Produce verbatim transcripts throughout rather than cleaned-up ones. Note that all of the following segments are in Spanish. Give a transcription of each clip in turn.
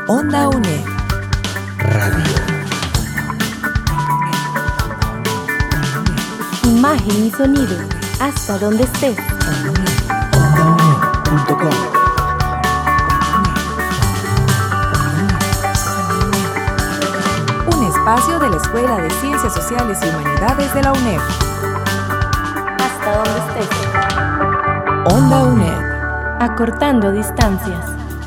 Onda U N E D Radio. Imagen y sonido, hasta donde estés. onda u n e d punto com. Un espacio de la Escuela de Ciencias Sociales y Humanidades de la U N E D. Hasta donde estés. Onda U N E D. Acortando distancias.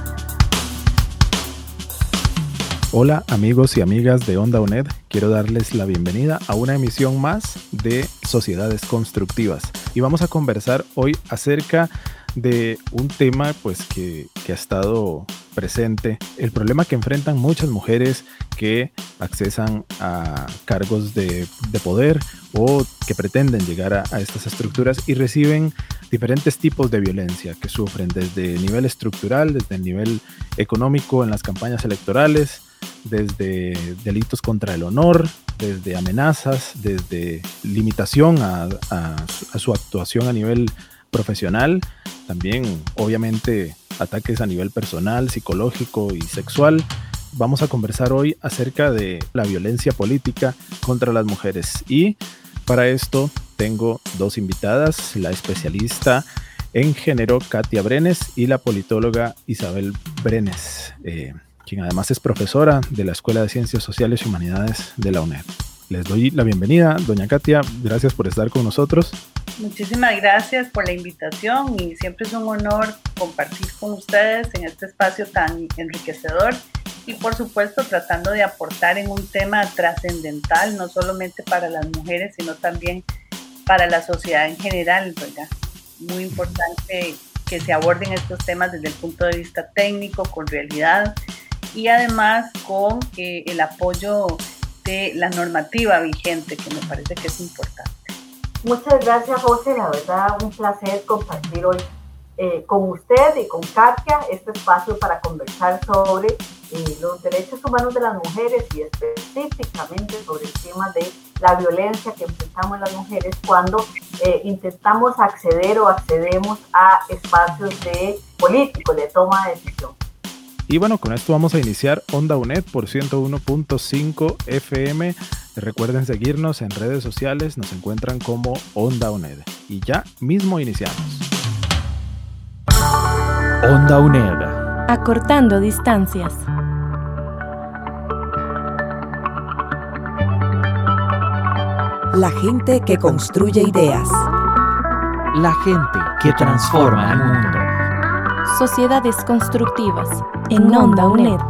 Hola amigos y amigas de Onda U N E D, quiero darles la bienvenida a una emisión más de Sociedades Constructivas y vamos a conversar hoy acerca de un tema pues que, que ha estado presente, el problema que enfrentan muchas mujeres que accesan a cargos de, de poder o que pretenden llegar a, a estas estructuras y reciben diferentes tipos de violencia que sufren desde nivel estructural, desde el nivel económico en las campañas electorales, desde delitos contra el honor, desde amenazas, desde limitación a, a, a su actuación a nivel profesional, también obviamente ataques a nivel personal, psicológico y sexual. Vamos a conversar hoy acerca de la violencia política contra las mujeres y para esto tengo dos invitadas, la especialista en género Katia Brenes y la politóloga Isabel Brenes, eh, quien además es profesora de la Escuela de Ciencias Sociales y Humanidades de la U N E D. Les doy la bienvenida, doña Katia, gracias por estar con nosotros. Muchísimas gracias por la invitación y siempre es un honor compartir con ustedes en este espacio tan enriquecedor y por supuesto tratando de aportar en un tema trascendental, no solamente para las mujeres, sino también para la sociedad en general, ¿verdad? Muy importante que se aborden estos temas desde el punto de vista técnico, con realidad y además con eh, el apoyo de la normativa vigente, que me parece que es importante. Muchas gracias, José. La verdad, un placer compartir hoy eh, con usted y con Katia este espacio para conversar sobre eh, los derechos humanos de las mujeres y específicamente sobre el tema de la violencia que enfrentamos las mujeres cuando eh, intentamos acceder o accedemos a espacios de políticos, de toma de decisión. Y bueno, con esto vamos a iniciar Onda U N E D por ciento uno punto cinco F M. Recuerden seguirnos en redes sociales, nos encuentran como Onda U N E D. Y ya mismo iniciamos. Onda U N E D. Acortando distancias. La gente que construye ideas. La gente que transforma el mundo. Sociedades Constructivas en Onda U N E D.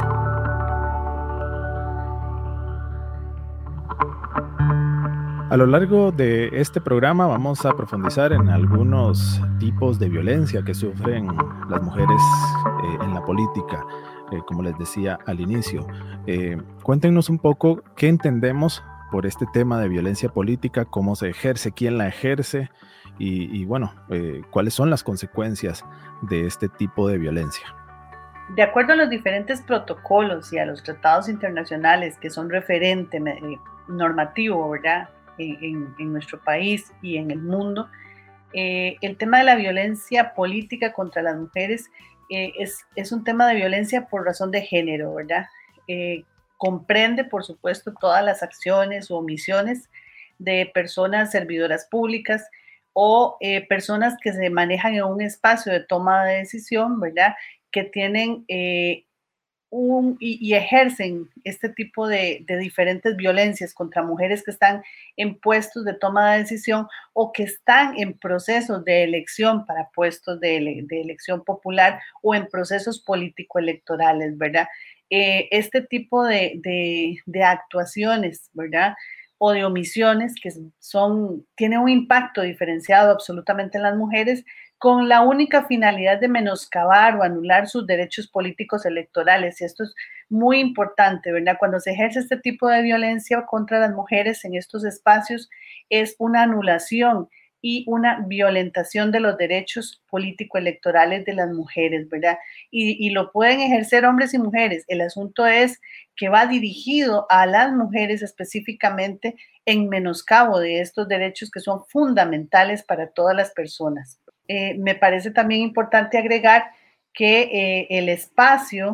A lo largo de este programa vamos a profundizar en algunos tipos de violencia que sufren las mujeres eh, en la política, eh, como les decía al inicio. Eh, cuéntenos un poco qué entendemos por este tema de violencia política, cómo se ejerce, quién la ejerce y, y bueno, eh, cuáles son las consecuencias de este tipo de violencia. De acuerdo a los diferentes protocolos y a los tratados internacionales que son referente eh, normativo, ¿verdad? En, en nuestro país y en el mundo, eh, el tema de la violencia política contra las mujeres eh, es, es un tema de violencia por razón de género, ¿verdad? Eh, comprende, por supuesto, todas las acciones o omisiones de personas servidoras públicas o eh, personas que se manejan en un espacio de toma de decisión, ¿verdad? Que tienen eh, Un, y, y ejercen este tipo de, de diferentes violencias contra mujeres que están en puestos de toma de decisión o que están en procesos de elección para puestos de, ele, de elección popular o en procesos político-electorales, ¿verdad? Eh, este tipo de, de, de actuaciones, ¿verdad? O de omisiones que son, tienen un impacto diferenciado absolutamente en las mujeres con la única finalidad de menoscabar o anular sus derechos políticos electorales. Y esto es muy importante, ¿verdad? Cuando se ejerce este tipo de violencia contra las mujeres en estos espacios, es una anulación y una violentación de los derechos político-electorales de las mujeres, ¿verdad? Y, y lo pueden ejercer hombres y mujeres. El asunto es que va dirigido a las mujeres específicamente en menoscabo de estos derechos que son fundamentales para todas las personas. Eh, me parece también importante agregar que eh, el espacio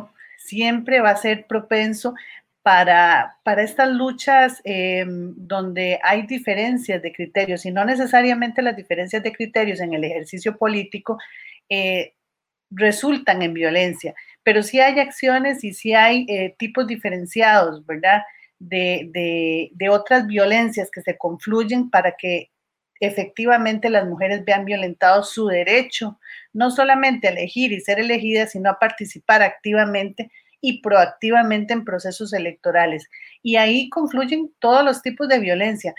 siempre va a ser propenso para, para estas luchas eh, donde hay diferencias de criterios, y no necesariamente las diferencias de criterios en el ejercicio político eh, resultan en violencia, pero sí hay acciones y sí hay eh, tipos diferenciados, ¿verdad?, de, de, de otras violencias que se confluyen para que efectivamente las mujeres vean violentado su derecho, no solamente a elegir y ser elegidas, sino a participar activamente y proactivamente en procesos electorales. Y ahí confluyen todos los tipos de violencia.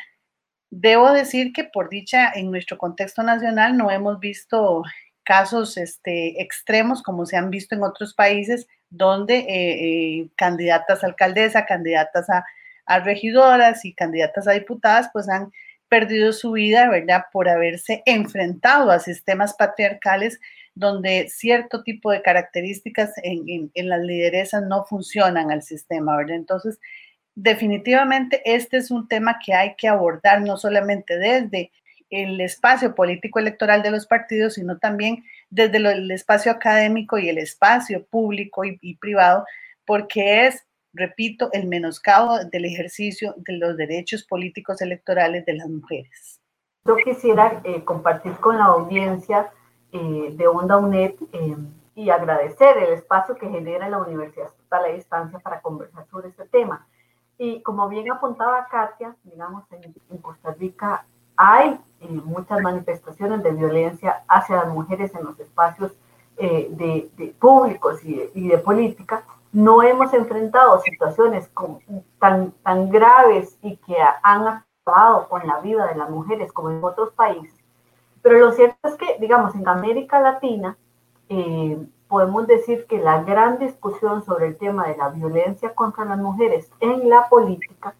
Debo decir que por dicha, en nuestro contexto nacional no hemos visto casos este, extremos como se han visto en otros países, donde eh, eh, candidatas a alcaldesa, candidatas a, a regidoras y candidatas a diputadas, pues han perdido su vida, ¿verdad?, por haberse enfrentado a sistemas patriarcales donde cierto tipo de características en, en, en las lideresas no funcionan al sistema, ¿verdad? Entonces, definitivamente este es un tema que hay que abordar no solamente desde el espacio político electoral de los partidos, sino también desde lo, el espacio académico y el espacio público y, y privado, porque es, repito, el menoscabo del ejercicio de los derechos políticos electorales de las mujeres. Yo quisiera eh, compartir con la audiencia eh, de Onda UNED eh, y agradecer el espacio que genera la Universidad Estatal a Distancia para conversar sobre este tema. Y como bien apuntaba Katia, digamos, en, en Costa Rica hay eh, muchas manifestaciones de violencia hacia las mujeres en los espacios eh, de, de públicos y de, y de política. No hemos enfrentado situaciones como, tan, tan graves y que han acabado con la vida de las mujeres como en otros países. Pero lo cierto es que, digamos, en América Latina, eh, podemos decir que la gran discusión sobre el tema de la violencia contra las mujeres en la política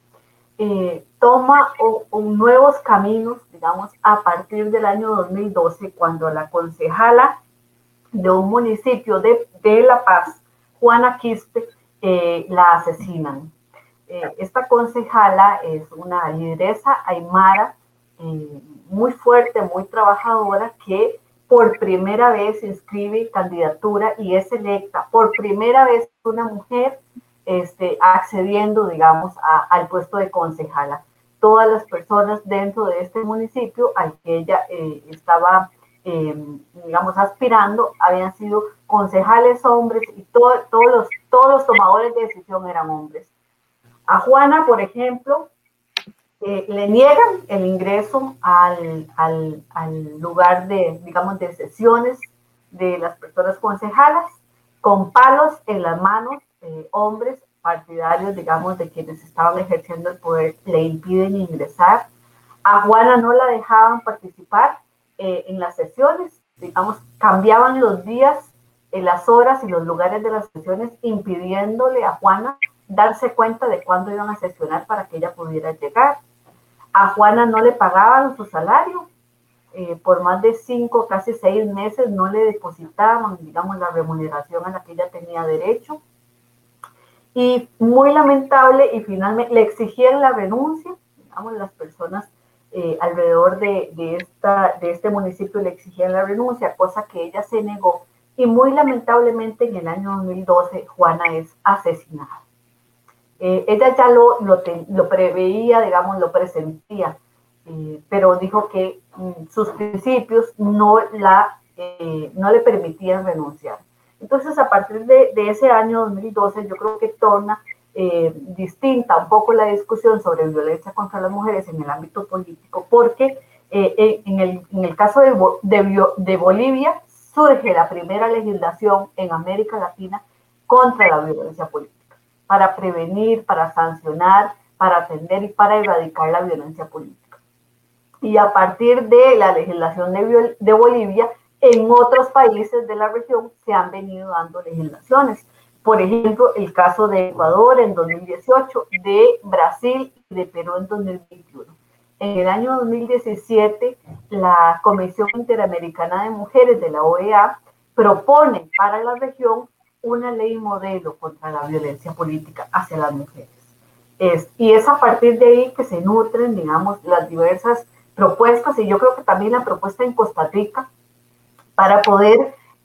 eh, toma o, o nuevos caminos, digamos, a partir del año dos mil doce, cuando la concejala de un municipio de, de La Paz, Juana Quispe, eh, la asesinan. Eh, esta concejala es una lideresa aymara eh, muy fuerte, muy trabajadora, que por primera vez inscribe candidatura y es electa por primera vez una mujer este, accediendo, digamos, a, al puesto de concejala. Todas las personas dentro de este municipio al que ella eh, estaba, eh, digamos, aspirando, habían sido concejales hombres y todo, todos, los, todos los tomadores de decisión eran hombres. A Juana, por ejemplo, Eh, le niegan el ingreso al, al, al lugar de, digamos, de sesiones de las personas concejalas, con palos en las manos, eh, hombres partidarios, digamos, de quienes estaban ejerciendo el poder, le impiden ingresar. A Juana no la dejaban participar eh, en las sesiones, digamos, cambiaban los días, eh, las horas y los lugares de las sesiones, impidiéndole a Juana darse cuenta de cuándo iban a sesionar para que ella pudiera llegar. A Juana no le pagaban su salario, eh, por más de cinco, casi seis meses no le depositaban, digamos, la remuneración a la que ella tenía derecho. Y muy lamentable, y finalmente le exigían la renuncia, digamos, las personas eh, alrededor de, de, esta, de este municipio le exigían la renuncia, cosa que ella se negó. Y muy lamentablemente en el año dos mil doce Juana es asesinada. Eh, ella ya lo, lo, te, lo preveía, digamos, lo presentía, eh, pero dijo que mm, sus principios no, la, eh, no le permitían renunciar. Entonces, a partir de, de ese año dos mil doce, yo creo que torna eh, distinta un poco la discusión sobre violencia contra las mujeres en el ámbito político, porque eh, en, el, en el caso de, de, de Bolivia surge la primera legislación en América Latina contra la violencia política, para prevenir, para sancionar, para atender y para erradicar la violencia política. Y a partir de la legislación de, de Bolivia, en otros países de la región se han venido dando legislaciones. Por ejemplo, el caso de Ecuador en dos mil dieciocho, de Brasil y de Perú en dos mil veintiuno. En el año dos mil diecisiete, la Comisión Interamericana de Mujeres de la O E A propone para la región una ley modelo contra la violencia política hacia las mujeres. Es, y es a partir de ahí que se nutren, digamos, las diversas propuestas, y yo creo que también la propuesta en Costa Rica, para poder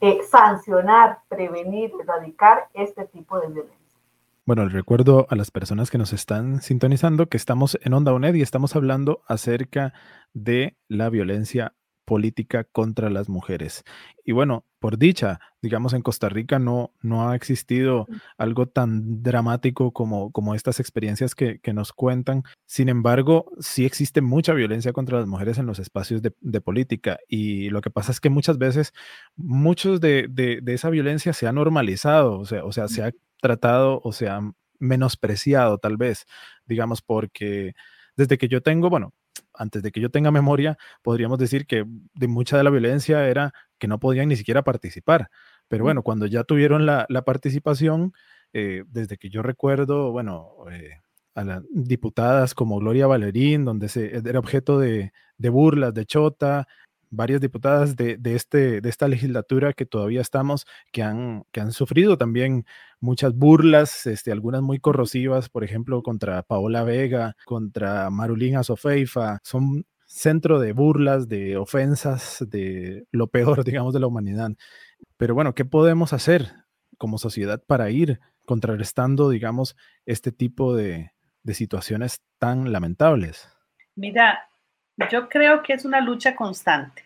eh, sancionar, prevenir, erradicar este tipo de violencia. Bueno, les recuerdo a las personas que nos están sintonizando que estamos en Onda UNED y estamos hablando acerca de la violencia política contra las mujeres. Y bueno, por dicha, digamos, en Costa Rica no, no ha existido algo tan dramático como, como estas experiencias que, que nos cuentan. Sin embargo, sí existe mucha violencia contra las mujeres en los espacios de, de política. Y lo que pasa es que muchas veces, muchos de, de, de esa violencia se ha normalizado, o sea, o sea, se ha tratado o se ha menospreciado tal vez, digamos, porque desde que yo tengo, bueno, antes de que yo tenga memoria, podríamos decir que de mucha de la violencia era que no podían ni siquiera participar. Pero bueno, cuando ya tuvieron la, la participación, eh, desde que yo recuerdo, bueno, eh, a las diputadas como Gloria Valerín, donde se, era objeto de, de burlas, de chota, varias diputadas de, de, este, de esta legislatura que todavía estamos, que han, que han sufrido también muchas burlas, este, algunas muy corrosivas, por ejemplo, contra Paola Vega, contra Marulín Azofeifa, son centro de burlas, de ofensas, de lo peor, digamos, de la humanidad. Pero bueno, ¿qué podemos hacer como sociedad para ir contrarrestando, digamos, este tipo de, de situaciones tan lamentables? Mira, yo creo que es una lucha constante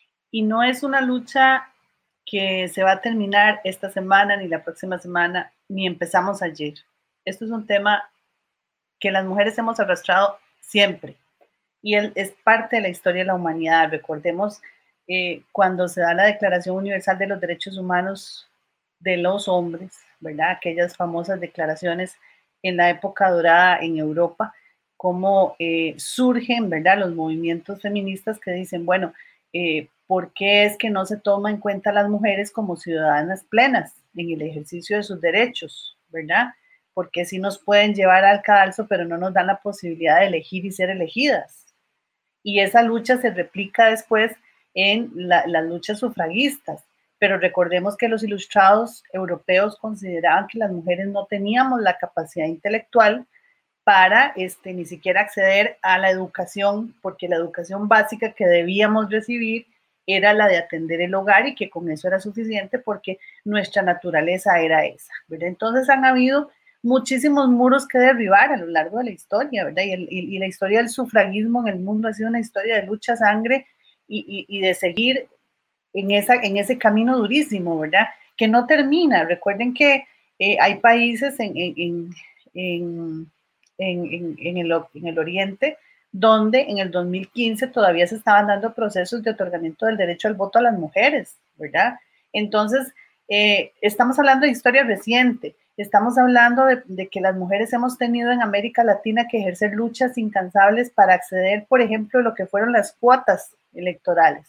y no es una lucha que se va a terminar esta semana, ni la próxima semana, ni empezamos ayer. Esto es un tema que las mujeres hemos arrastrado siempre y él es parte de la historia de la humanidad. Recordemos eh, cuando se da la Declaración Universal de los Derechos Humanos de los hombres, ¿verdad? Aquellas famosas declaraciones en la época dorada en Europa, cómo eh, surgen, ¿verdad?, los movimientos feministas que dicen, bueno, eh, ¿por qué es que no se toma en cuenta a las mujeres como ciudadanas plenas en el ejercicio de sus derechos, ¿verdad? Porque sí nos pueden llevar al cadalso, pero no nos dan la posibilidad de elegir y ser elegidas. Y esa lucha se replica después en la, las luchas sufragistas. Pero recordemos que los ilustrados europeos consideraban que las mujeres no teníamos la capacidad intelectual para este, ni siquiera acceder a la educación, porque la educación básica que debíamos recibir era la de atender el hogar y que con eso era suficiente porque nuestra naturaleza era esa, ¿verdad? Entonces han habido muchísimos muros que derribar a lo largo de la historia, ¿verdad? Y, el, y, y la historia del sufragismo en el mundo ha sido una historia de lucha, sangre y, y, y de seguir en, esa, en ese camino durísimo, ¿verdad? Que no termina. Recuerden que eh, hay países en, en, en, en En, en, en, el, en el Oriente, donde en el dos mil quince todavía se estaban dando procesos de otorgamiento del derecho al voto a las mujeres, ¿verdad? Entonces, eh, estamos hablando de historia reciente, estamos hablando de, de que las mujeres hemos tenido en América Latina que ejercer luchas incansables para acceder, por ejemplo, a lo que fueron las cuotas electorales.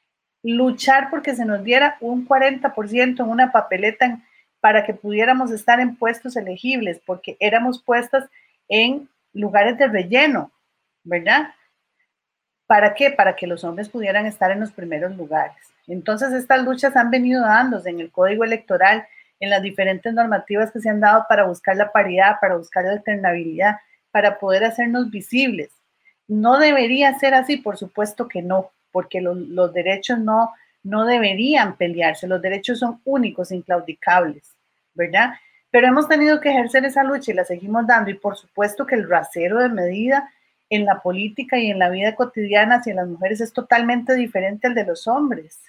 Luchar porque se nos diera un cuarenta por ciento en una papeleta en, para que pudiéramos estar en puestos elegibles, porque éramos puestas en lugares de relleno, ¿verdad? ¿Para qué? Para que los hombres pudieran estar en los primeros lugares. Entonces, estas luchas han venido dándose en el Código Electoral, en las diferentes normativas que se han dado para buscar la paridad, para buscar la alternabilidad, para poder hacernos visibles. No debería ser así, por supuesto que no, porque los, los derechos no, no deberían pelearse, los derechos son únicos, inclaudicables, ¿verdad? Pero hemos tenido que ejercer esa lucha y la seguimos dando, y por supuesto que el rasero de medida en la política y en la vida cotidiana hacia las mujeres es totalmente diferente al de los hombres.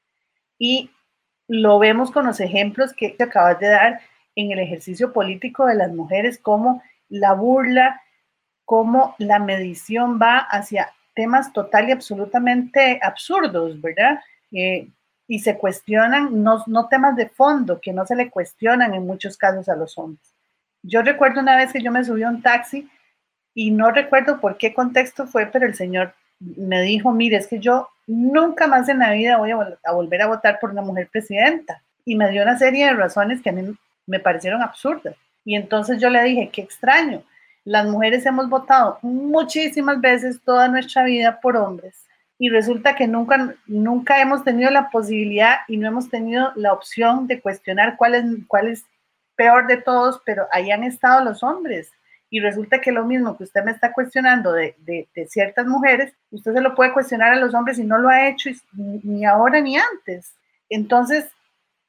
Y lo vemos con los ejemplos que te acabas de dar en el ejercicio político de las mujeres, como la burla, como la medición va hacia temas total y absolutamente absurdos, ¿verdad? Eh, y se cuestionan, no, no temas de fondo, que no se le cuestionan en muchos casos a los hombres. Yo recuerdo una vez que yo me subí a un taxi y no recuerdo por qué contexto fue, pero el señor me dijo, mire, es que yo nunca más en la vida voy a, vol- a volver a votar por una mujer presidenta. Y me dio una serie de razones que a mí me parecieron absurdas. Y entonces yo le dije, qué extraño, las mujeres hemos votado muchísimas veces toda nuestra vida por hombres. Y resulta que nunca, nunca hemos tenido la posibilidad y no hemos tenido la opción de cuestionar cuál es, cuál es peor de todos, pero ahí han estado los hombres. Y resulta que lo mismo que usted me está cuestionando de, de, de ciertas mujeres, usted se lo puede cuestionar a los hombres y no lo ha hecho ni ahora ni antes. Entonces,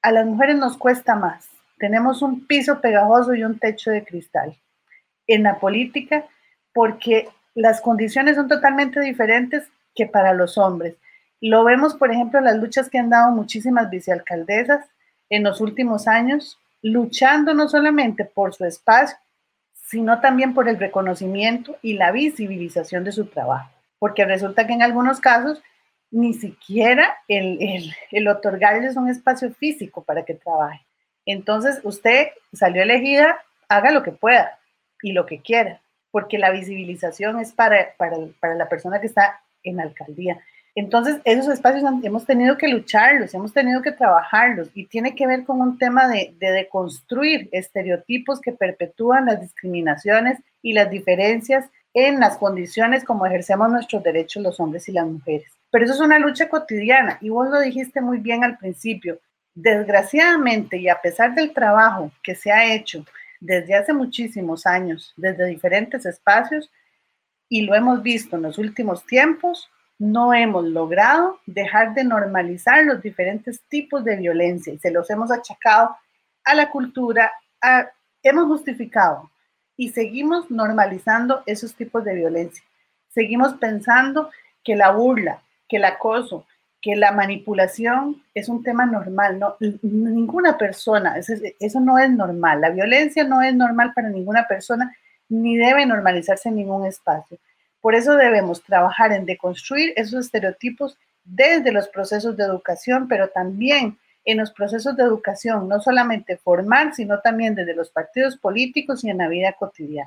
a las mujeres nos cuesta más. Tenemos un piso pegajoso y un techo de cristal en la política porque las condiciones son totalmente diferentes que para los hombres. Lo vemos, por ejemplo, en las luchas que han dado muchísimas vicealcaldesas en los últimos años, luchando no solamente por su espacio, sino también por el reconocimiento y la visibilización de su trabajo. Porque resulta que en algunos casos ni siquiera el, el, el otorgarles un espacio físico para que trabaje. Entonces, usted salió elegida, haga lo que pueda y lo que quiera, porque la visibilización es para, para, para la persona que está en la alcaldía. Entonces, esos espacios hemos tenido que lucharlos, hemos tenido que trabajarlos y tiene que ver con un tema de, de deconstruir estereotipos que perpetúan las discriminaciones y las diferencias en las condiciones como ejercemos nuestros derechos los hombres y las mujeres. Pero eso es una lucha cotidiana y vos lo dijiste muy bien al principio. Desgraciadamente y a pesar del trabajo que se ha hecho desde hace muchísimos años, desde diferentes espacios, y lo hemos visto en los últimos tiempos, no hemos logrado dejar de normalizar los diferentes tipos de violencia y se los hemos achacado a la cultura, a, hemos justificado y seguimos normalizando esos tipos de violencia. Seguimos pensando que la burla, que el acoso, que la manipulación es un tema normal. No, ninguna persona, eso, eso no es normal. La violencia no es normal para ninguna persona ni debe normalizarse en ningún espacio. Por eso debemos trabajar en deconstruir esos estereotipos desde los procesos de educación, pero también en los procesos de educación, no solamente formal, sino también desde los partidos políticos y en la vida cotidiana.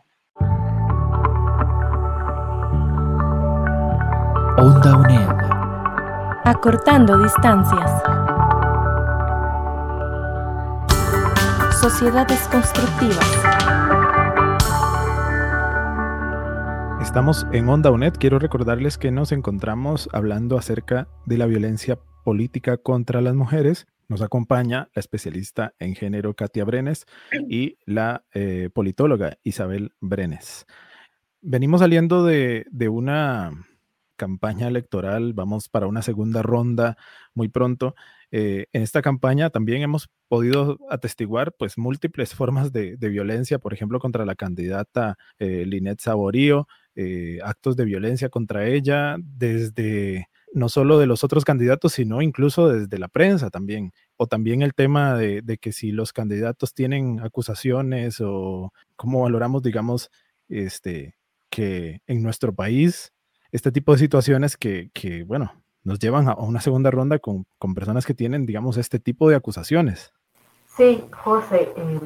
Onda U N E D. Acortando distancias. Sociedades constructivas. Estamos en Onda U N E D. Quiero recordarles que nos encontramos hablando acerca de la violencia política contra las mujeres. Nos acompaña la especialista en género Katia Brenes y la eh, politóloga Isabel Brenes. Venimos saliendo de, de una campaña electoral, vamos para una segunda ronda muy pronto. Eh, en esta campaña también hemos podido atestiguar pues múltiples formas de, de violencia, por ejemplo contra la candidata eh, Linet Saborío, eh, actos de violencia contra ella desde no solo de los otros candidatos, sino incluso desde la prensa también, o también el tema de, de que si los candidatos tienen acusaciones o cómo valoramos, digamos, este, que en nuestro país este tipo de situaciones que, que bueno, nos llevan a una segunda ronda con, con personas que tienen, digamos, este tipo de acusaciones. Sí, José, eh,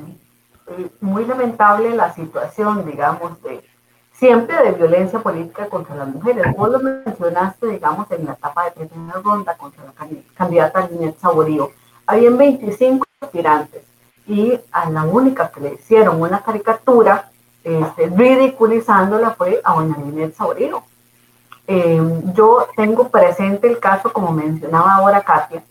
muy lamentable la situación, digamos, de siempre de violencia política contra las mujeres. Vos lo mencionaste, digamos, en la etapa de primera ronda contra la candidata Linet Saborío. Habían veinticinco aspirantes y a la única que le hicieron una caricatura este, ridiculizándola fue a doña Linet Saborío. Eh, yo tengo presente el caso, como mencionaba ahora Katia,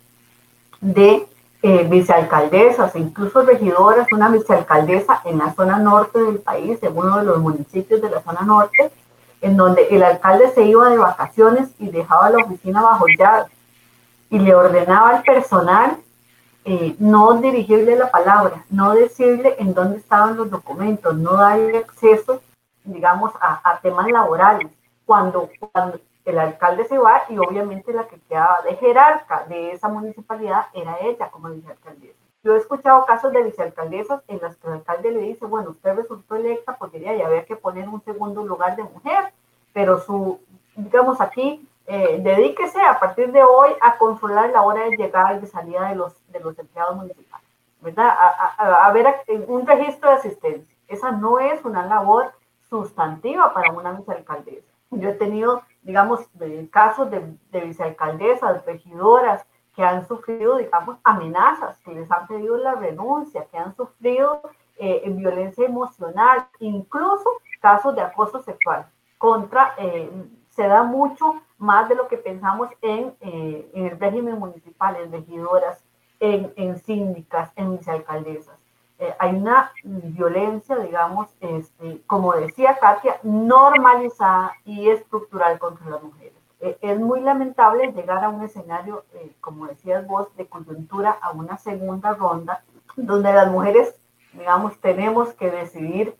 de eh, vicealcaldesas, incluso regidoras, una vicealcaldesa en la zona norte del país, en uno de los municipios de la zona norte, en donde el alcalde se iba de vacaciones y dejaba la oficina bajo llave y le ordenaba al personal eh, no dirigirle la palabra, no decirle en dónde estaban los documentos, no darle acceso, digamos, a, a temas laborales. Cuando, cuando el alcalde se va y obviamente la que quedaba de jerarca de esa municipalidad era ella como vicealcaldesa. Yo he escuchado casos de vicealcaldesas en las que el alcalde le dice, bueno, usted resultó electa porque ya había que poner un segundo lugar de mujer, pero su, digamos aquí, eh, dedíquese a partir de hoy a controlar la hora de llegada y de salida de los, de los empleados municipales, ¿verdad? A, a, a ver un registro de asistencia. Esa no es una labor sustantiva para una vicealcaldesa. Yo he tenido, digamos, casos de, de vicealcaldesas, regidoras que han sufrido, digamos, amenazas, que les han pedido la renuncia, que han sufrido eh, violencia emocional, incluso casos de acoso sexual. Contra, eh, se da mucho más de lo que pensamos en, eh, en el régimen municipal, en regidoras, en, en síndicas, en vicealcaldesas. Eh, hay una violencia, digamos, este, como decía Katia, normalizada y estructural contra las mujeres. Eh, es muy lamentable llegar a un escenario, eh, como decías vos, de coyuntura, a una segunda ronda, donde las mujeres, digamos, tenemos que decidir,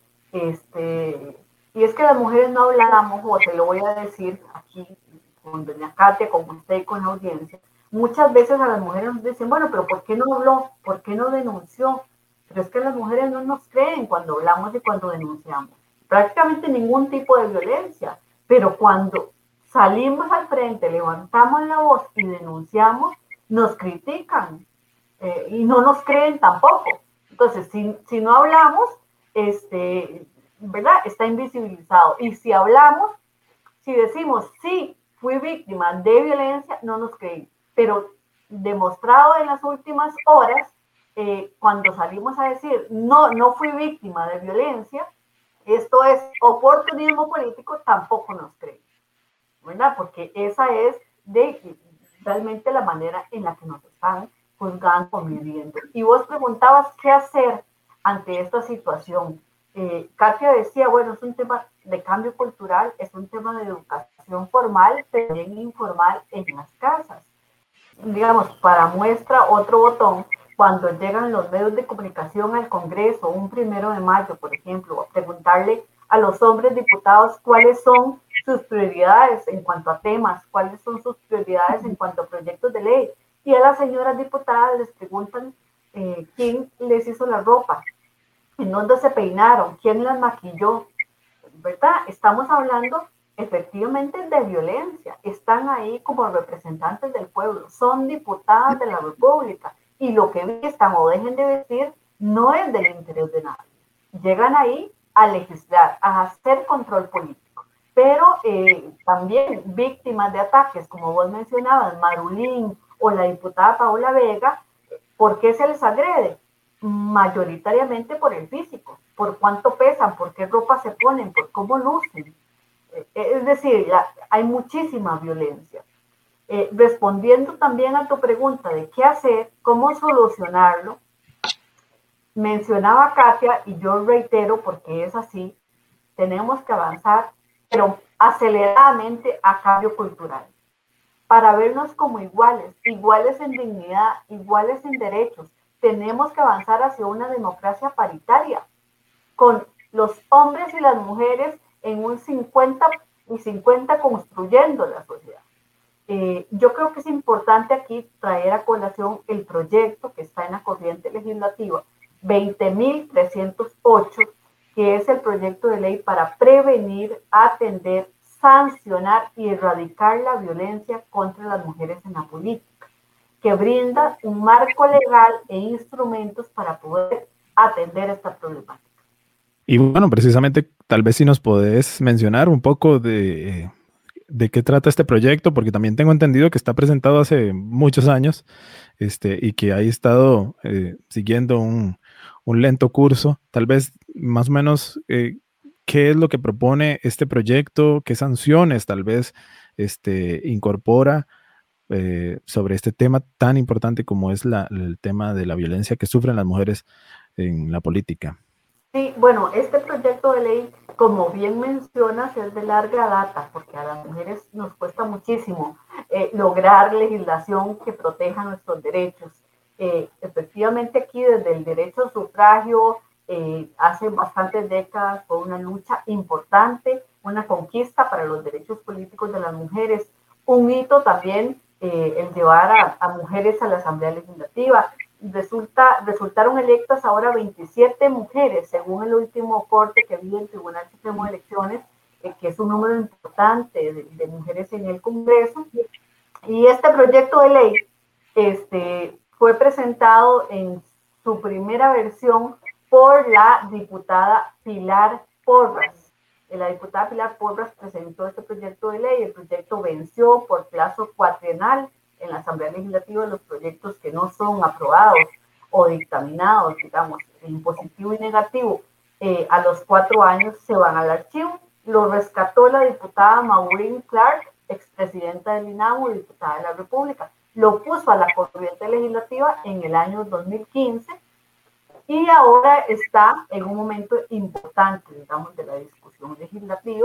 este, y es que las mujeres no hablamos, o te lo voy a decir aquí con doña Katia, con usted y con la audiencia, muchas veces a las mujeres nos dicen, bueno, pero ¿por qué no habló? ¿Por qué no denunció? Pero es que las mujeres no nos creen cuando hablamos y cuando denunciamos. Prácticamente ningún tipo de violencia, pero cuando salimos al frente, levantamos la voz y denunciamos, nos critican eh, y no nos creen tampoco. Entonces, si, si no hablamos, este, ¿verdad? Está invisibilizado. Y si hablamos, si decimos, sí, fui víctima de violencia, no nos creen. Pero demostrado en las últimas horas, eh, cuando salimos a decir, no, no fui víctima de violencia, esto es oportunismo político, tampoco nos creen, ¿verdad? Porque esa es de realmente la manera en la que nos están juzgando, conviviendo. Y vos preguntabas qué hacer ante esta situación. Eh, Katia decía, bueno, es un tema de cambio cultural, es un tema de educación formal, pero también informal en las casas. Digamos, para muestra, otro botón, cuando llegan los medios de comunicación al Congreso, un primero de mayo, por ejemplo, a preguntarle a los hombres diputados cuáles son sus prioridades en cuanto a temas, cuáles son sus prioridades en cuanto a proyectos de ley. Y a las señoras diputadas les preguntan eh, quién les hizo la ropa, en dónde se peinaron, quién las maquilló, ¿verdad? Estamos hablando efectivamente de violencia. Están ahí como representantes del pueblo, son diputadas de la República y lo que vistan o dejen de vestir no es del interés de nadie. Llegan ahí a legislar, a hacer control político, pero eh, también víctimas de ataques, como vos mencionabas, Marulín o la diputada Paola Vega. ¿Por qué se les agrede? Mayoritariamente por el físico, por cuánto pesan, por qué ropa se ponen, por cómo lucen. Es decir, la, hay muchísima violencia. Eh, respondiendo también a tu pregunta de qué hacer, cómo solucionarlo, mencionaba Katia, y yo reitero porque es así, tenemos que avanzar, pero aceleradamente a cambio cultural, para vernos como iguales, iguales en dignidad, iguales en derechos. Tenemos que avanzar hacia una democracia paritaria, con los hombres y las mujeres en un cincuenta y cincuenta construyendo la sociedad. Eh, yo creo que es importante aquí traer a colación el proyecto que está en la corriente legislativa veinte mil trescientos ocho, que es el proyecto de ley para prevenir, atender, sancionar y erradicar la violencia contra las mujeres en la política, que brinda un marco legal e instrumentos para poder atender esta problemática. Y bueno, precisamente, tal vez si nos podés mencionar un poco de, de qué trata este proyecto, porque también tengo entendido que está presentado hace muchos años este, y que ha estado eh, siguiendo un, un lento curso. Tal vez más o menos eh, qué es lo que propone este proyecto, qué sanciones tal vez este, incorpora eh, sobre este tema tan importante como es la, el tema de la violencia que sufren las mujeres en la política. Sí, bueno, este proyecto de ley, como bien mencionas, es de larga data, porque a las mujeres nos cuesta muchísimo eh, lograr legislación que proteja nuestros derechos. Eh, efectivamente, aquí desde el derecho al sufragio, eh, hace bastantes décadas fue una lucha importante, una conquista para los derechos políticos de las mujeres, un hito también eh, el llevar a, a mujeres a la Asamblea Legislativa. Resulta, resultaron electas ahora veintisiete mujeres, según el último corte que vi en el Tribunal Supremo de Elecciones, eh, que es un número importante de, de mujeres en el Congreso. Y este proyecto de ley este, fue presentado en su primera versión por la diputada Pilar Porras. La diputada Pilar Porras presentó este proyecto de ley. El proyecto venció por plazo cuatrienal en la Asamblea Legislativa. Los proyectos que no son aprobados o dictaminados, digamos, en positivo y negativo, eh, a los cuatro años se van al archivo. Lo rescató la diputada Maureen Clark, expresidenta del INAMU, diputada de la República. Lo puso a la corriente legislativa en el año dos mil quince y ahora está en un momento importante, digamos, de la discusión legislativa,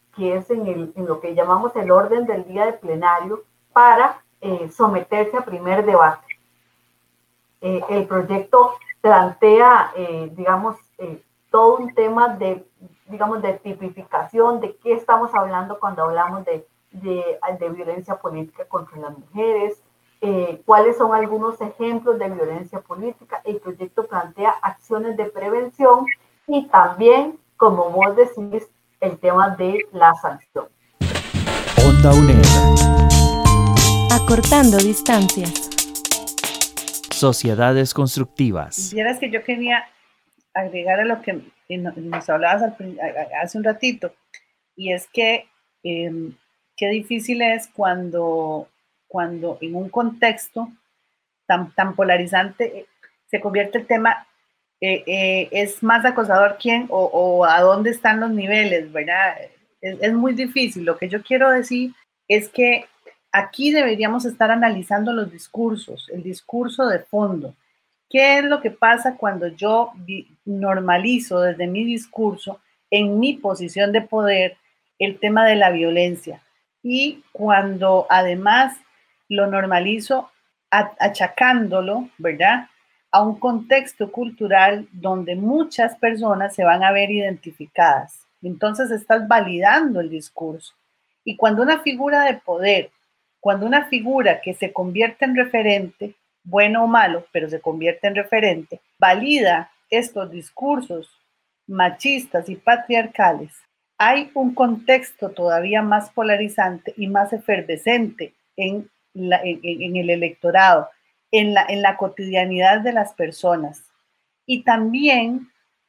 que es en, el, en lo que llamamos el orden del día de plenario, para eh, someterse a primer debate. Eh, el proyecto plantea, eh, digamos, eh, todo un tema de, digamos, de tipificación de qué estamos hablando cuando hablamos de, de, de violencia política contra las mujeres, eh, cuáles son algunos ejemplos de violencia política. El proyecto plantea acciones de prevención y también, como vos decís, el tema de la sanción. Onda U N E D. Acortando distancias. Sociedades constructivas. Vieras que yo quería agregar a lo que nos hablabas hace un ratito, y es que eh, qué difícil es cuando, cuando en un contexto tan, tan polarizante se convierte el tema, eh, eh, es más acosador quién o, o a dónde están los niveles, ¿verdad? Es, es muy difícil. Lo que yo quiero decir es que aquí deberíamos estar analizando los discursos, el discurso de fondo. ¿Qué es lo que pasa cuando yo normalizo desde mi discurso, en mi posición de poder, el tema de la violencia? Y cuando además lo normalizo achacándolo, ¿verdad?, a un contexto cultural donde muchas personas se van a ver identificadas. Entonces estás validando el discurso. Y cuando una figura de poder, cuando una figura que se convierte en referente, bueno o malo, pero se convierte en referente, valida estos discursos machistas y patriarcales, hay un contexto todavía más polarizante y más efervescente en, la, en, en el electorado, en la, en la cotidianidad de las personas. Y también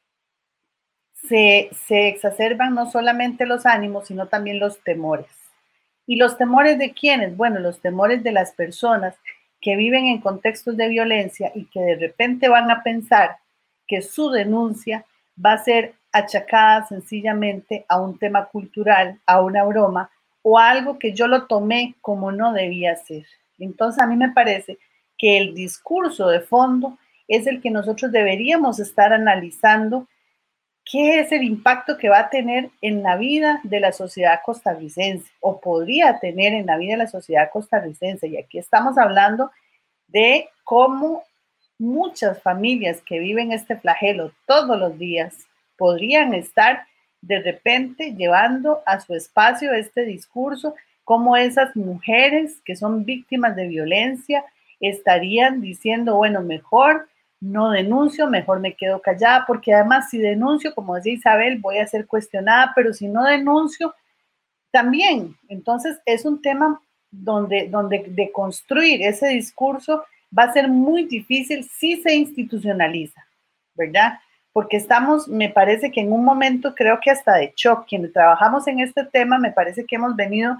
se, se exacerban no solamente los ánimos, sino también los temores. ¿Y los temores de quiénes? Bueno, los temores de las personas que viven en contextos de violencia y que de repente van a pensar que su denuncia va a ser achacada sencillamente a un tema cultural, a una broma o a algo que yo lo tomé como no debía ser. Entonces a mí me parece que el discurso de fondo es el que nosotros deberíamos estar analizando. ¿Qué es el impacto que va a tener en la vida de la sociedad costarricense o podría tener en la vida de la sociedad costarricense? Y aquí estamos hablando de cómo muchas familias que viven este flagelo todos los días podrían estar de repente llevando a su espacio este discurso, cómo esas mujeres que son víctimas de violencia estarían diciendo, bueno, mejor no denuncio, mejor me quedo callada, porque además si denuncio, como decía Isabel, voy a ser cuestionada, pero si no denuncio, también. Entonces es un tema donde, donde de construir ese discurso va a ser muy difícil si se institucionaliza, ¿verdad? Porque estamos, me parece que en un momento creo que hasta de shock, quienes trabajamos en este tema, me parece que hemos venido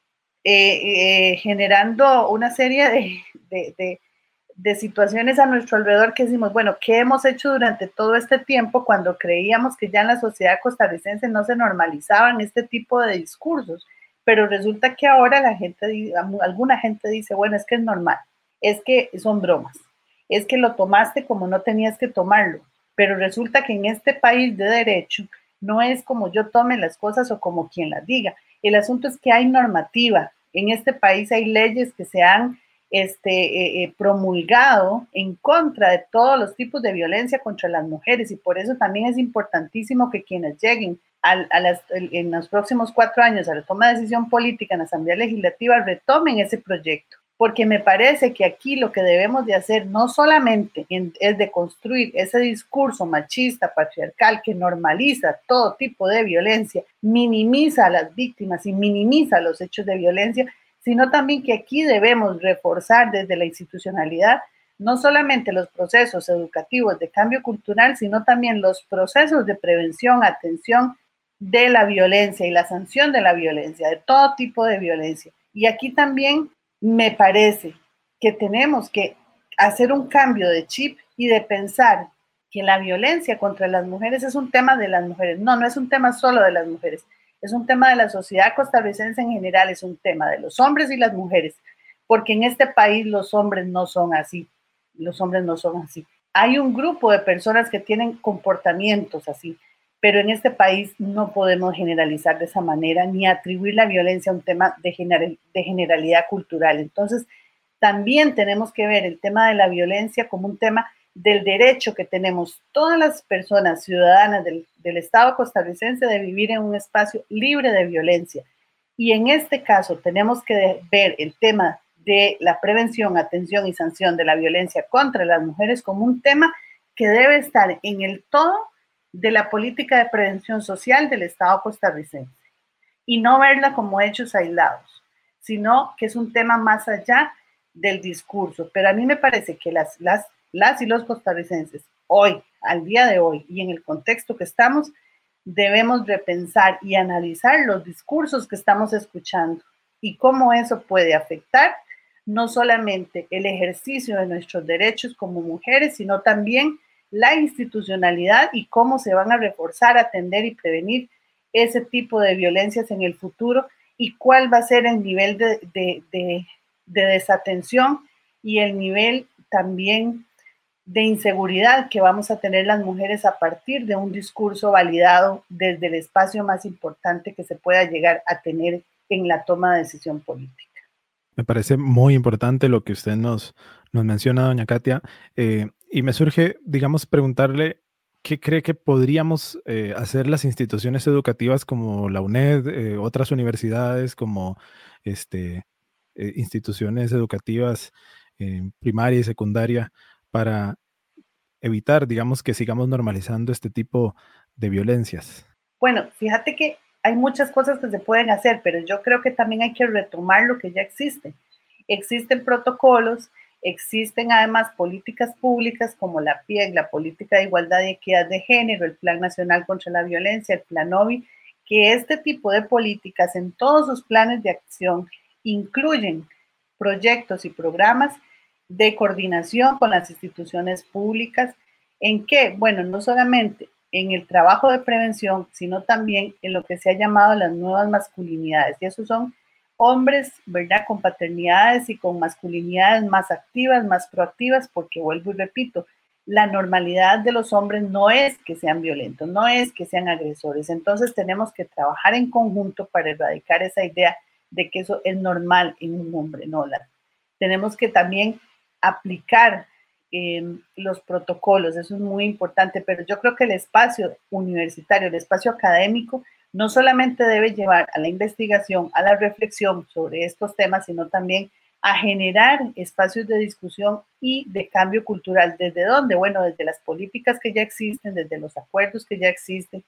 eh, eh, generando una serie de, de, de de situaciones a nuestro alrededor que decimos, bueno, ¿qué hemos hecho durante todo este tiempo cuando creíamos que ya en la sociedad costarricense no se normalizaban este tipo de discursos? Pero resulta que ahora la gente, alguna gente dice, bueno, es que es normal, es que son bromas, es que lo tomaste como no tenías que tomarlo, pero resulta que en este país de derecho no es como yo tome las cosas o como quien las diga. El asunto es que hay normativa, en este país hay leyes que se han Este, eh, eh, promulgado en contra de todos los tipos de violencia contra las mujeres, y por eso también es importantísimo que quienes lleguen a, a las, en los próximos cuatro años a la toma de decisión política en la Asamblea Legislativa retomen ese proyecto, porque me parece que aquí lo que debemos de hacer no solamente en, es de construir ese discurso machista, patriarcal, que normaliza todo tipo de violencia, minimiza a las víctimas y minimiza los hechos de violencia, sino también que aquí debemos reforzar desde la institucionalidad no solamente los procesos educativos de cambio cultural, sino también los procesos de prevención, atención de la violencia y la sanción de la violencia, de todo tipo de violencia. Y aquí también me parece que tenemos que hacer un cambio de chip y de pensar que la violencia contra las mujeres es un tema de las mujeres. No, no es un tema solo de las mujeres. Es un tema de la sociedad costarricense en general, es un tema de los hombres y las mujeres, porque en este país los hombres no son así, los hombres no son así. Hay un grupo de personas que tienen comportamientos así, pero en este país no podemos generalizar de esa manera ni atribuir la violencia a un tema de, general, de generalidad cultural. Entonces, también tenemos que ver el tema de la violencia como un tema del derecho que tenemos todas las personas ciudadanas del, del Estado costarricense de vivir en un espacio libre de violencia. Y en este caso tenemos que ver el tema de la prevención, atención y sanción de la violencia contra las mujeres como un tema que debe estar en el todo de la política de prevención social del Estado costarricense y no verla como hechos aislados, sino que es un tema más allá del discurso. Pero a mí me parece que las, las, las y los costarricenses hoy, al día de hoy y en el contexto que estamos, debemos repensar y analizar los discursos que estamos escuchando y cómo eso puede afectar no solamente el ejercicio de nuestros derechos como mujeres, sino también la institucionalidad y cómo se van a reforzar, atender y prevenir ese tipo de violencias en el futuro y cuál va a ser el nivel de, de, de, de desatención y el nivel también de inseguridad que vamos a tener las mujeres a partir de un discurso validado desde el espacio más importante que se pueda llegar a tener en la toma de decisión política. Me parece muy importante lo que usted nos, nos menciona, doña Katia, eh, y me surge, digamos, preguntarle qué cree que podríamos eh, hacer las instituciones educativas como la UNED, eh, otras universidades como este, eh, instituciones educativas eh, primaria y secundaria para evitar, digamos, que sigamos normalizando este tipo de violencias. Bueno, fíjate que hay muchas cosas que se pueden hacer, pero yo creo que también hay que retomar lo que ya existe. Existen protocolos, existen además políticas públicas como la P I E C, la Política de Igualdad y Equidad de Género, el Plan Nacional contra la Violencia, el Plan OVI, que este tipo de políticas en todos sus planes de acción incluyen proyectos y programas de coordinación con las instituciones públicas. ¿En qué? Bueno, no solamente en el trabajo de prevención, sino también en lo que se ha llamado las nuevas masculinidades. Y esos son hombres, ¿verdad?, con paternidades y con masculinidades más activas, más proactivas, porque vuelvo y repito, la normalidad de los hombres no es que sean violentos, no es que sean agresores. Entonces tenemos que trabajar en conjunto para erradicar esa idea de que eso es normal en un hombre, no. La, tenemos que también aplicar eh, los protocolos, eso es muy importante, pero yo creo que el espacio universitario, el espacio académico, no solamente debe llevar a la investigación, a la reflexión sobre estos temas, sino también a generar espacios de discusión y de cambio cultural. ¿Desde dónde? Bueno, desde las políticas que ya existen, desde los acuerdos que ya existen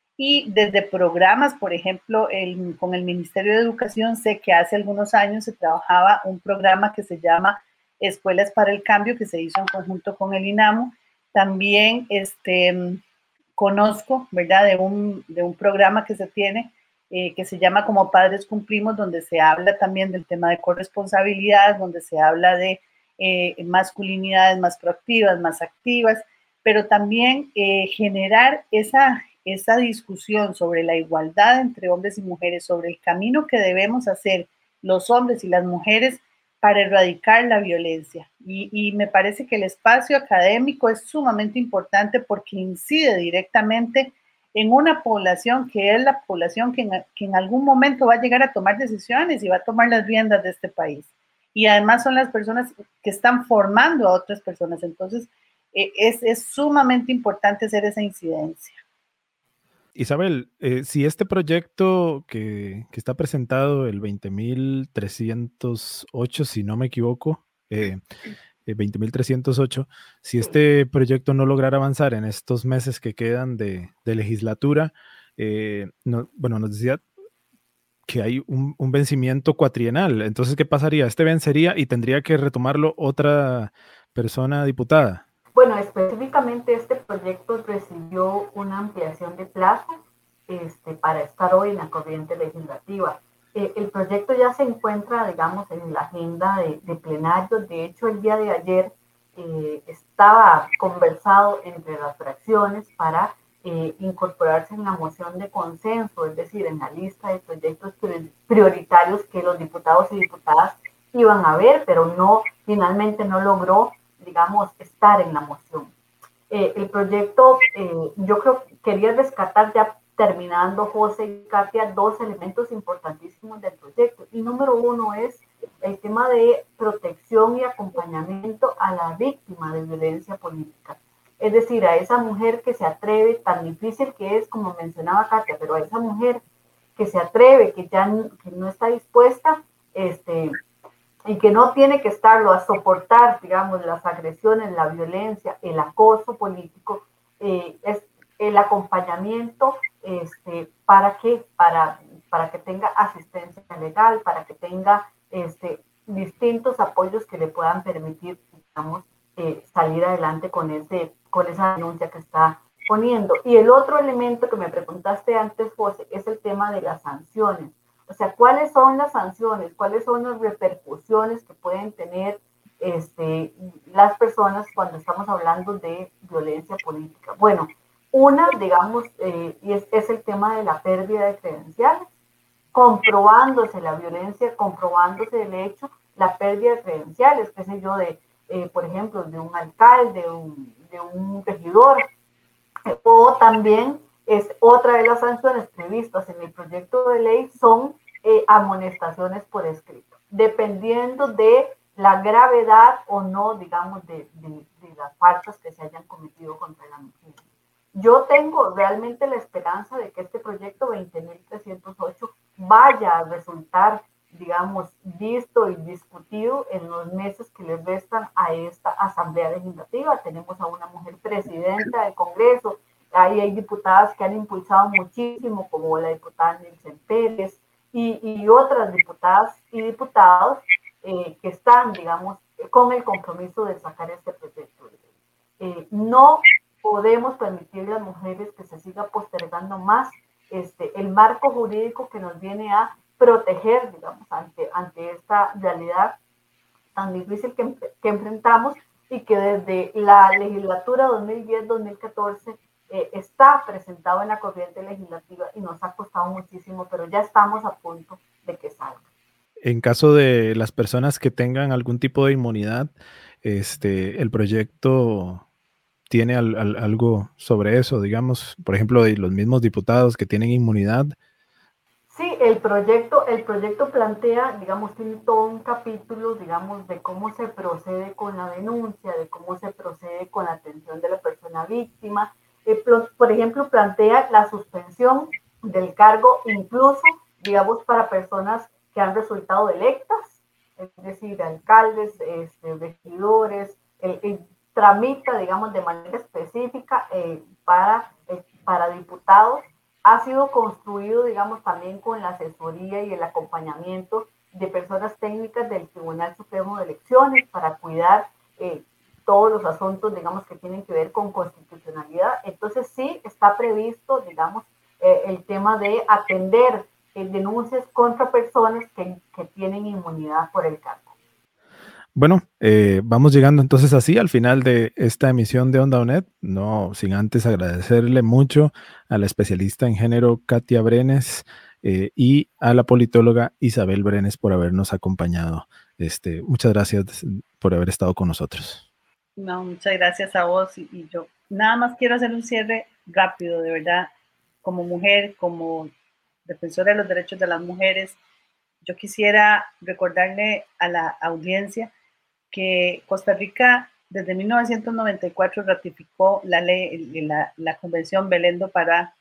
y desde programas, por ejemplo, el, con el Ministerio de Educación, sé que hace algunos años se trabajaba un programa que se llama Escuelas para el Cambio, que se hizo en conjunto con el INAMU. También este, conozco, ¿verdad?, de un, de un programa que se tiene eh, que se llama Como Padres Cumplimos, donde se habla también del tema de corresponsabilidad, donde se habla de eh, masculinidades más proactivas, más activas, pero también eh, generar esa, esa discusión sobre la igualdad entre hombres y mujeres, sobre el camino que debemos hacer los hombres y las mujeres para erradicar la violencia. Y, y me parece que el espacio académico es sumamente importante porque incide directamente en una población que es la población que en, que en algún momento va a llegar a tomar decisiones y va a tomar las riendas de este país. Y además son las personas que están formando a otras personas. Entonces, eh, es, es sumamente importante hacer esa incidencia. Isabel, eh, si este proyecto que, que está presentado, el veinte mil trescientos ocho, si no me equivoco, eh, veinte mil trescientos ocho, si este proyecto no lograra avanzar en estos meses que quedan de, de legislatura, eh, no, bueno, nos decía que hay un, un vencimiento cuatrienal. Entonces, ¿qué pasaría? Este vencería y tendría que retomarlo otra persona diputada. Bueno, específicamente este proyecto recibió una ampliación de plazo este, para estar hoy en la corriente legislativa. Eh, el proyecto ya se encuentra, digamos, en la agenda de, de plenarios. De hecho, el día de ayer eh, estaba conversado entre las fracciones para eh, incorporarse en la moción de consenso, es decir, en la lista de proyectos prioritarios que los diputados y diputadas iban a ver, pero no, finalmente no logró, digamos, estar en la moción. Eh, el proyecto, eh, yo creo que quería rescatar ya terminando, José y Katia, dos elementos importantísimos del proyecto. Y número uno es el tema de protección y acompañamiento a la víctima de violencia política. Es decir, a esa mujer que se atreve, tan difícil que es, como mencionaba Katia, pero a esa mujer que se atreve, que ya no, que no está dispuesta, este, y que no tiene que estarlo a soportar, digamos, las agresiones, la violencia, el acoso político, eh, es el acompañamiento, este, ¿para qué? Para, para que tenga asistencia legal, para que tenga este, distintos apoyos que le puedan permitir, digamos, eh, salir adelante con, ese, con esa denuncia que está poniendo. Y el otro elemento que me preguntaste antes, José, es el tema de las sanciones. O sea, ¿cuáles son las sanciones? ¿Cuáles son las repercusiones que pueden tener este, las personas cuando estamos hablando de violencia política? Bueno, una, digamos, eh, y es, es el tema de la pérdida de credenciales, comprobándose la violencia, comprobándose el hecho, la pérdida de credenciales, qué sé yo, de, eh, por ejemplo, de un alcalde, un, de un regidor, eh, o también es otra de las sanciones previstas en el proyecto de ley son eh, amonestaciones por escrito, dependiendo de la gravedad o no, digamos, de, de, de las faltas que se hayan cometido contra la mujer. Yo tengo realmente la esperanza de que este proyecto veinte mil trescientos ocho vaya a resultar, digamos, visto y discutido en los meses que le restan a esta Asamblea Legislativa. Tenemos a una mujer presidenta del Congreso, ahí hay diputadas que han impulsado muchísimo, como la diputada Nelson Pérez y, y otras diputadas y diputados eh, que están, digamos, con el compromiso de sacar este proyecto de ley. Eh, no podemos permitirle a las mujeres que se siga postergando más este, el marco jurídico que nos viene a proteger, digamos, ante, ante esta realidad tan difícil que, que enfrentamos y que desde la legislatura dos mil diez dos mil catorce eh, está presentado en la corriente legislativa y nos ha costado muchísimo, pero ya estamos a punto de que salga. En caso de las personas que tengan algún tipo de inmunidad, este, el proyecto tiene al, al, algo sobre eso, digamos, por ejemplo, de los mismos diputados que tienen inmunidad. Sí, el proyecto, el proyecto plantea, digamos, tiene todo un capítulo, digamos, de cómo se procede con la denuncia, de cómo se procede con la atención de la persona víctima. Eh, por ejemplo, plantea la suspensión del cargo incluso, digamos, para personas que han resultado electas, es decir, alcaldes, este, regidores, el, el, tramita, digamos, de manera específica eh, para, eh, para diputados. Ha sido construido, digamos, también con la asesoría y el acompañamiento de personas técnicas del Tribunal Supremo de Elecciones para cuidar eh, todos los asuntos, digamos, que tienen que ver con constitucionalidad. Entonces, sí está previsto, digamos, eh, el tema de atender eh, denuncias contra personas que, que tienen inmunidad por el cargo. Bueno, eh, vamos llegando entonces así al final de esta emisión de Onda UNED, no sin antes agradecerle mucho a la especialista en género Katia Brenes eh, y a la politóloga Isabel Brenes por habernos acompañado. Este, muchas gracias por haber estado con nosotros. No, muchas gracias a vos y, y yo nada más quiero hacer un cierre rápido, de verdad, como mujer, como defensora de los derechos de las mujeres. Yo quisiera recordarle a la audiencia que Costa Rica desde mil novecientos noventa y cuatro ratificó la ley, la, la Convención Belén do Pará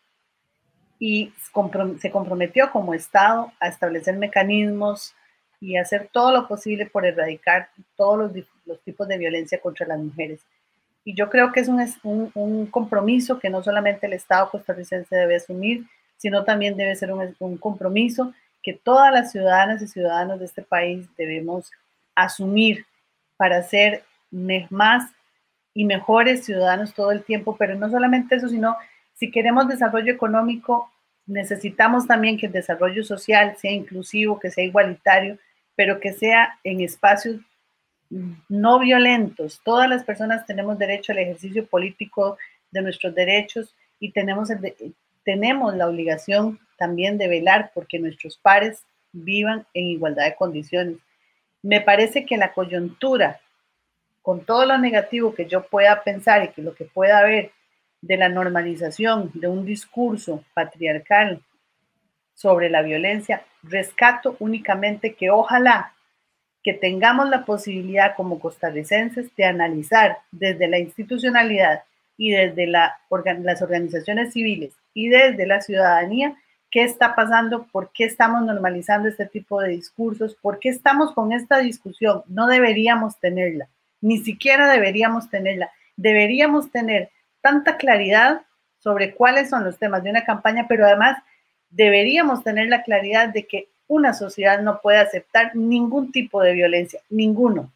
y se comprometió como Estado a establecer mecanismos y hacer todo lo posible por erradicar todos los, los tipos de violencia contra las mujeres. Y yo creo que es un, un, un compromiso que no solamente el Estado costarricense debe asumir, sino también debe ser un, un compromiso que todas las ciudadanas y ciudadanos de este país debemos asumir para ser más y mejores ciudadanos todo el tiempo, pero no solamente eso, sino si queremos desarrollo económico, necesitamos también que el desarrollo social sea inclusivo, que sea igualitario, pero que sea en espacios no violentos. Todas las personas tenemos derecho al ejercicio político de nuestros derechos y tenemos, el de, tenemos la obligación también de velar porque nuestros pares vivan en igualdad de condiciones. Me parece que la coyuntura con todo lo negativo que yo pueda pensar y que lo que pueda haber de la normalización de un discurso patriarcal sobre la violencia, rescato únicamente que ojalá que tengamos la posibilidad como costarricenses de analizar desde la institucionalidad y desde la, organ, las organizaciones civiles y desde la ciudadanía qué está pasando, por qué estamos normalizando este tipo de discursos, por qué estamos con esta discusión. No deberíamos tenerla, ni siquiera deberíamos tenerla. Deberíamos tener tanta claridad sobre cuáles son los temas de una campaña, pero además deberíamos tener la claridad de que una sociedad no puede aceptar ningún tipo de violencia, ninguno.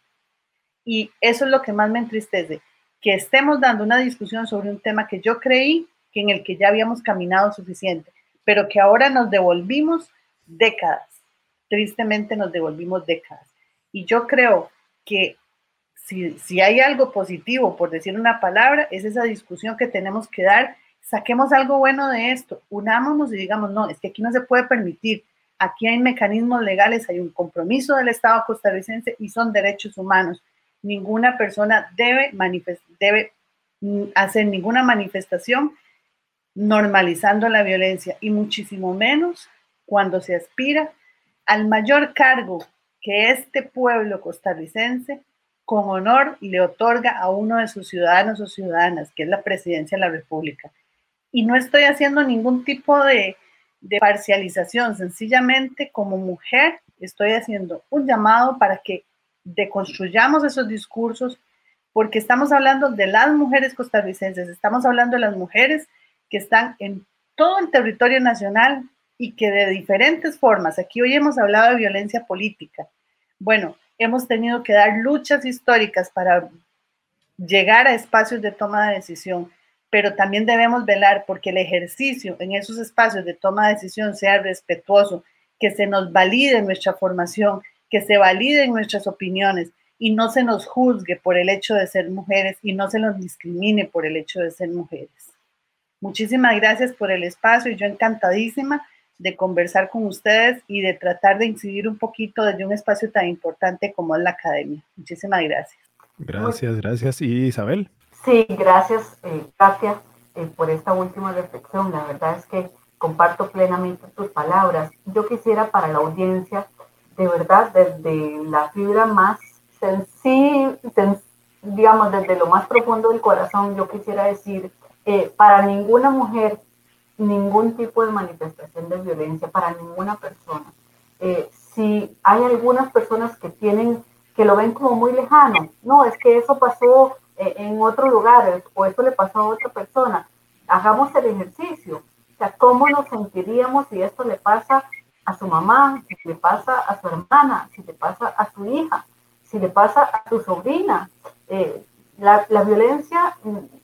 Y eso es lo que más me entristece, que estemos dando una discusión sobre un tema que yo creí que en el que ya habíamos caminado suficiente, pero que ahora nos devolvimos décadas, tristemente nos devolvimos décadas. Y yo creo que si, si hay algo positivo, por decir una palabra, es esa discusión que tenemos que dar. Saquemos algo bueno de esto, unámonos y digamos, no, es que aquí no se puede permitir. Aquí hay mecanismos legales, hay un compromiso del Estado costarricense y son derechos humanos. Ninguna persona debe, manifest- debe hacer ninguna manifestación normalizando la violencia y muchísimo menos cuando se aspira al mayor cargo que este pueblo costarricense con honor le otorga a uno de sus ciudadanos o ciudadanas, que es la presidencia de la República. Y no estoy haciendo ningún tipo de de parcialización, sencillamente como mujer estoy haciendo un llamado para que deconstruyamos esos discursos, porque estamos hablando de las mujeres costarricenses, estamos hablando de las mujeres que están en todo el territorio nacional y que de diferentes formas, aquí hoy hemos hablado de violencia política, bueno, hemos tenido que dar luchas históricas para llegar a espacios de toma de decisión, pero también debemos velar porque el ejercicio en esos espacios de toma de decisión sea respetuoso, que se nos valide nuestra formación, que se validen nuestras opiniones y no se nos juzgue por el hecho de ser mujeres y no se nos discrimine por el hecho de ser mujeres. Muchísimas gracias por el espacio y yo encantadísima de conversar con ustedes y de tratar de incidir un poquito desde un espacio tan importante como es la academia. Muchísimas gracias. Gracias, gracias. ¿Y Isabel? Sí, gracias, eh, Katia, eh, por esta última reflexión. La verdad es que comparto plenamente tus palabras. Yo quisiera para la audiencia, de verdad, desde la fibra más sensible, sen, digamos, desde lo más profundo del corazón, yo quisiera decir, eh, para ninguna mujer, ningún tipo de manifestación de violencia, para ninguna persona. Eh, si hay algunas personas que tienen, que lo ven como muy lejano, no, es que eso pasó en otro lugar o esto le pasó a otra persona, hagamos el ejercicio. O sea, ¿cómo nos sentiríamos si esto le pasa a su mamá, si le pasa a su hermana, si le pasa a su hija, si le pasa a tu sobrina? Eh, la, la violencia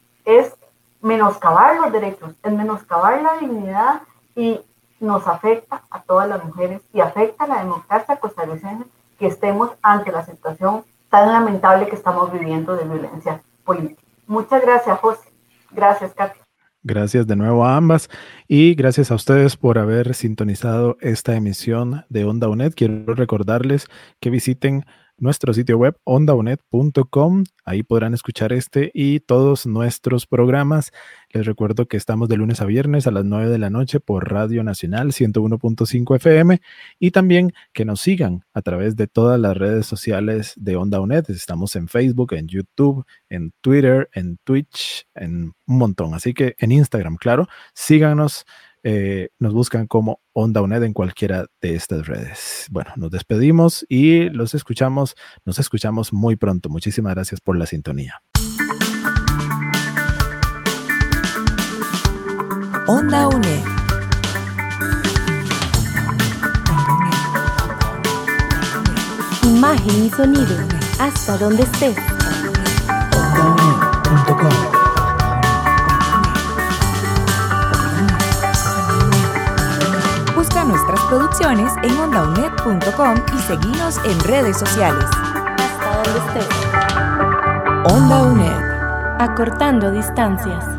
es menoscabar los derechos, es menoscabar la dignidad y nos afecta a todas las mujeres y afecta a la democracia costarricense que estemos ante la situación tan lamentable que estamos viviendo de violencia política. Muchas gracias, José. Gracias, Katia. Gracias de nuevo a ambas y gracias a ustedes por haber sintonizado esta emisión de Onda UNED. Quiero recordarles que visiten nuestro sitio web onda unet punto com. Ahí podrán escuchar este y todos nuestros programas. Les recuerdo que estamos de lunes a viernes a las nueve de la noche por Radio Nacional ciento uno punto cinco F M y también que nos sigan a través de todas las redes sociales de Onda UNED. Estamos en Facebook, en YouTube, en Twitter, en Twitch, en un montón. Así que en Instagram, claro, síganos. Eh, nos buscan como Onda UNED en cualquiera de estas redes. Bueno, nos despedimos y los escuchamos, nos escuchamos muy pronto. Muchísimas gracias por la sintonía. Onda UNED. Imagen y sonido, hasta donde estés. onda uned punto com Busca nuestras producciones en onda uned punto com y seguinos en redes sociales. Hasta donde estés. Onda UNED. Acortando distancias.